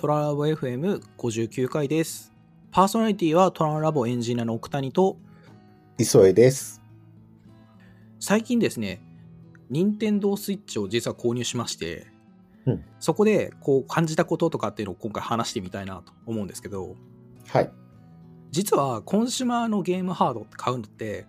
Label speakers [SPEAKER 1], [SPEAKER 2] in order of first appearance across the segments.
[SPEAKER 1] トララボ FM59 回です。パーソナリティはトララボエンジニアの奥谷と
[SPEAKER 2] 磯江です。
[SPEAKER 1] 最近ですね、任天堂スイッチを実は購入しまして、そこでこう感じたこととかっていうのを今回話してみたいなと思うんですけど、
[SPEAKER 2] はい。
[SPEAKER 1] 実はコンシュマーのゲームハードって買うのって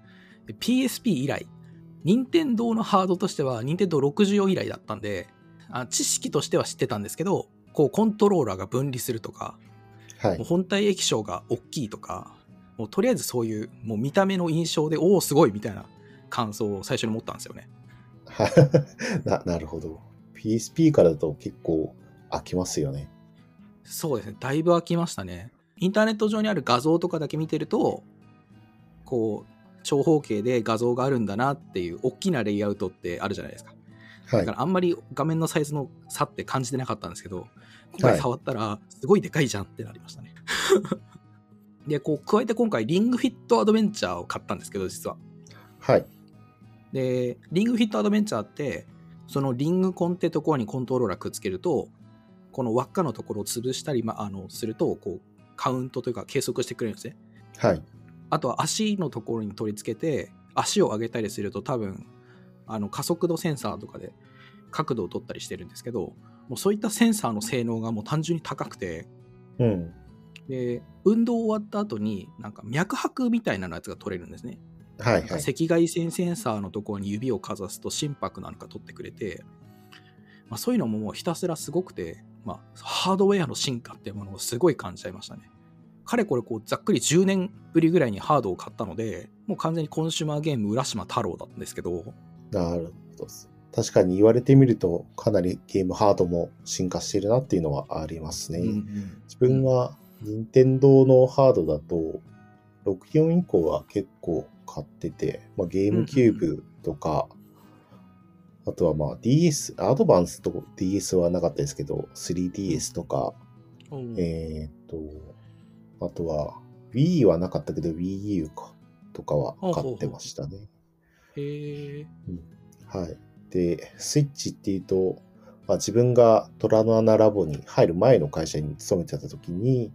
[SPEAKER 1] PSP 以来、任天堂のハードとしては任天堂64以来だったんで、知識としては知ってたんですけど、こうコントローラーが分離するとか、
[SPEAKER 2] はい、
[SPEAKER 1] もう本体液晶が大きいとか、もうとりあえずそういうもう見た目の印象でおおすごいみたいな感想を最初に持ったんですよね。
[SPEAKER 2] なるほど。PSP からだと結構飽きますよね。
[SPEAKER 1] そうですね、だいぶ飽きましたね。インターネット上にある画像とかだけ見てると、こう長方形で画像があるんだなっていう大きなレイアウトってあるじゃないですか。
[SPEAKER 2] はい、
[SPEAKER 1] だからあんまり画面のサイズの差って感じてなかったんですけど、今回触ったらすごいでかいじゃんってなりましたね。で、こう加えて今回リングフィットアドベンチャーを買ったんですけど、実は。
[SPEAKER 2] はい。
[SPEAKER 1] で、リングフィットアドベンチャーって、そのリングコンってところにコントローラーくっつけると、この輪っかのところを潰したり、すると、こう、カウントというか計測してくれるんですね。
[SPEAKER 2] はい。
[SPEAKER 1] あとは足のところに取り付けて、足を上げたりすると多分、加速度センサーとかで角度を取ったりしてるんですけど、もうそういったセンサーの性能がもう単純に高くて、で、運動終わった後になんか脈拍みたいなやつが取れるんですね。
[SPEAKER 2] はいはい、
[SPEAKER 1] 赤外線センサーのところに指をかざすと心拍なんか取ってくれて、そういうのももうひたすらすごくて、ハードウェアの進化っていうものをすごい感じちゃいましたね。かれこれこうざっくり10年ぶりぐらいにハードを買ったので、もう完全にコンシューマーゲーム浦島太郎だったんですけど。
[SPEAKER 2] なるほど。確かに言われてみるとかなりゲームハードも進化してるなっていうのはありますね。自分は任天堂のハードだと64以降は結構買ってて、ゲームキューブとか、あとはDS、アドバンスと DS はなかったですけど、3DS とか、あとは Wii はなかったけど Wii U かとかは買ってましたね。はい。で、スイッチっていうと、自分がトラノアナラボに入る前の会社に勤めてた時に、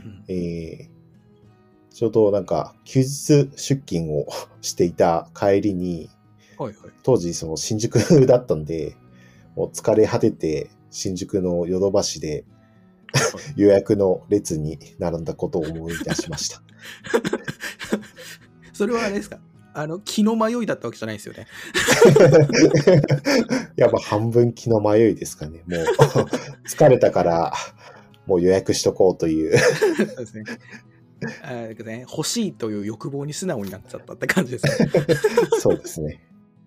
[SPEAKER 2] ちょうどなんか休日出勤をしていた帰りに、当時その新宿だったんで、もう疲れ果てて新宿のヨドバシで予約の列に並んだことを思い出しました。
[SPEAKER 1] それはあれですか？気の迷いだったわけじゃないですよね。
[SPEAKER 2] いや、半分気の迷いですかね。もう疲れたからもう予約しとこうという。
[SPEAKER 1] そうですね。欲しいという欲望に素直になっちゃったって感じですね。
[SPEAKER 2] そうですね。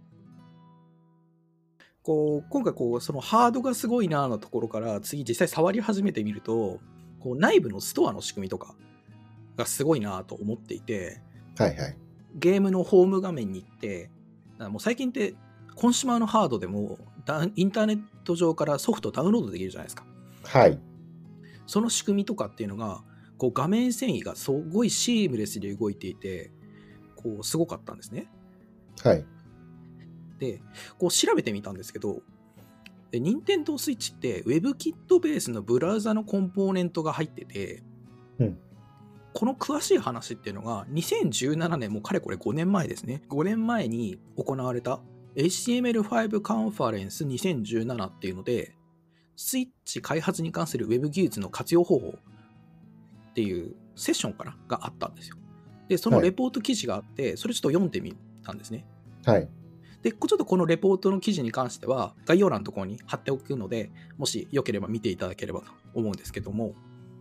[SPEAKER 1] 今回そのハードがすごいなのところから次実際触り始めてみると、内部のストアの仕組みとかがすごいなと思っていて、
[SPEAKER 2] はいはい。
[SPEAKER 1] ゲームのホーム画面に行って、もう最近ってコンシュマーのハードでもインターネット上からソフトダウンロードできるじゃないですか。
[SPEAKER 2] はい。
[SPEAKER 1] その仕組みとかっていうのが画面遷移がすごいシームレスで動いていて、すごかったんですね。
[SPEAKER 2] はい。
[SPEAKER 1] で、調べてみたんですけど、任天堂スイッチって WebKit ベースのブラウザのコンポーネントが入ってて、この詳しい話っていうのが2017年、もうかれこれ5年前ですね。5年前に行われた HTML5 カンファレンス2017っていうので、スイッチ開発に関する Web 技術の活用方法っていうセッションかながあったんですよ。で、そのレポート記事があって、それちょっと読んでみたんですね。
[SPEAKER 2] はい。
[SPEAKER 1] で、ちょっとこのレポートの記事に関しては概要欄のところに貼っておくので、もしよければ見ていただければと思うんですけども、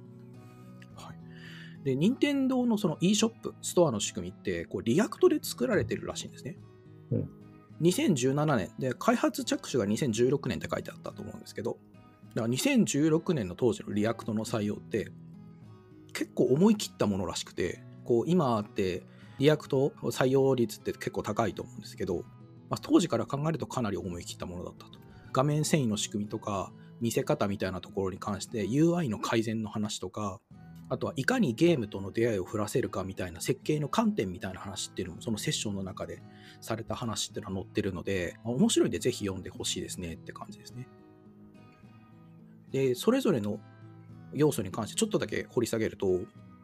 [SPEAKER 1] で、任天堂のその e ショップ、ストアの仕組みってリアクトで作られてるらしいんですね。2017年で、開発着手が2016年って書いてあったと思うんですけど、だから2016年の当時のリアクトの採用って結構思い切ったものらしくて、今ってリアクト採用率って結構高いと思うんですけど、当時から考えるとかなり思い切ったものだったと。画面遷移の仕組みとか見せ方みたいなところに関して UI の改善の話とか、あとはいかにゲームとの出会いを振らせるかみたいな設計の観点みたいな話っていうのもそのセッションの中でされた話っていうのは載ってるので、面白いんでぜひ読んでほしいですねって感じですね。で、それぞれの要素に関してちょっとだけ掘り下げると、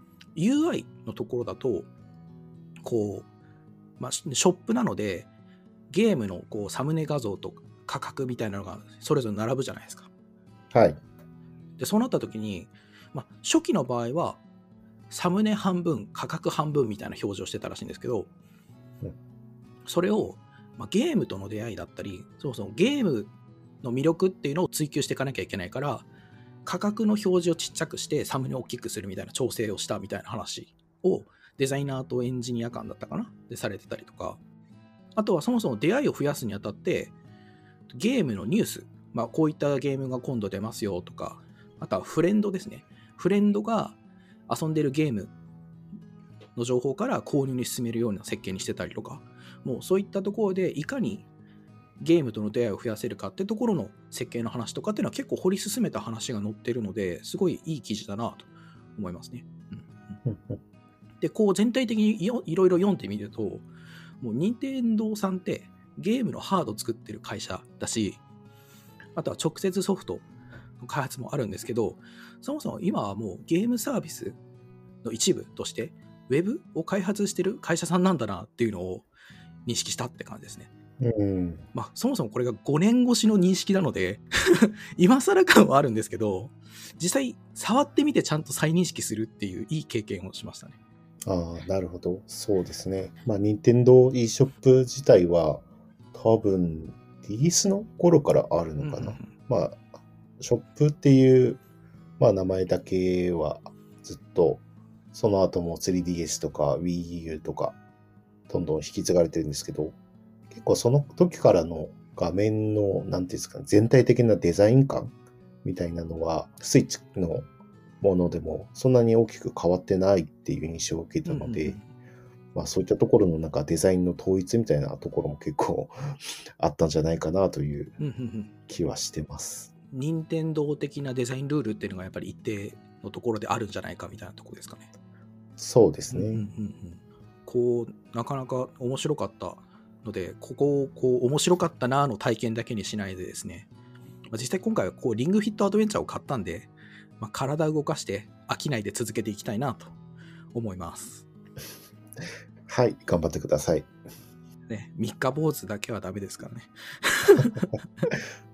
[SPEAKER 1] UI のところだとこう、ショップなのでゲームのこうサムネ画像と価格みたいなのがそれぞれ並ぶじゃないですか。
[SPEAKER 2] はい。
[SPEAKER 1] でそうなった時に、初期の場合はサムネ半分価格半分みたいな表示をしてたらしいんですけど、それを、ゲームとの出会いだったり、そもそもゲームの魅力っていうのを追求していかなきゃいけないから、価格の表示をちっちゃくしてサムネを大きくするみたいな調整をしたみたいな話をデザイナーとエンジニア間だったかなでされてたりとか、あとはそもそも出会いを増やすにあたってゲームのニュース、こういったゲームが今度出ますよとか、あとはフレンドですね。フレンドが遊んでるゲームの情報から購入に進めるような設計にしてたりとか、もうそういったところでいかにゲームとの出会いを増やせるかってところの設計の話とかっていうのは結構掘り進めた話が載ってるので、すごいいい記事だなと思いますね。で、こう全体的にいろいろ読んでみると、もう任天堂さんってゲームのハード作ってる会社だし、あとは直接ソフトの開発もあるんですけど、そもそも今はもうゲームサービスの一部としてウェブを開発してる会社さんなんだなっていうのを認識したって感じですね。そもそもこれが5年越しの認識なので今更感はあるんですけど、実際触ってみてちゃんと再認識するっていういい経験をしましたね。
[SPEAKER 2] なるほど。そうですね。任天堂 e ショップ自体は多分リリースの頃からあるのかな。ショップっていう、名前だけはずっと、その後も 3DS とか Wii U とかどんどん引き継がれてるんですけど、結構その時からの画面の、なんていうんですか、全体的なデザイン感みたいなのは、スイッチのものでもそんなに大きく変わってないっていう印象を受けたので、そういったところのなんかデザインの統一みたいなところも結構あったんじゃないかなという気はしてます。
[SPEAKER 1] 任天堂的なデザインルールっていうのがやっぱり一定のところであるんじゃないかみたいなところですかね。
[SPEAKER 2] そうですね。
[SPEAKER 1] こうなかなか面白かったので、ここをこう面白かったなの体験だけにしないでですね、実際今回はこうリングフィットアドベンチャーを買ったんで、体を動かして飽きないで続けていきたいなと思います。
[SPEAKER 2] はい、頑張ってください。
[SPEAKER 1] ね、三日坊主だけはダメですからね。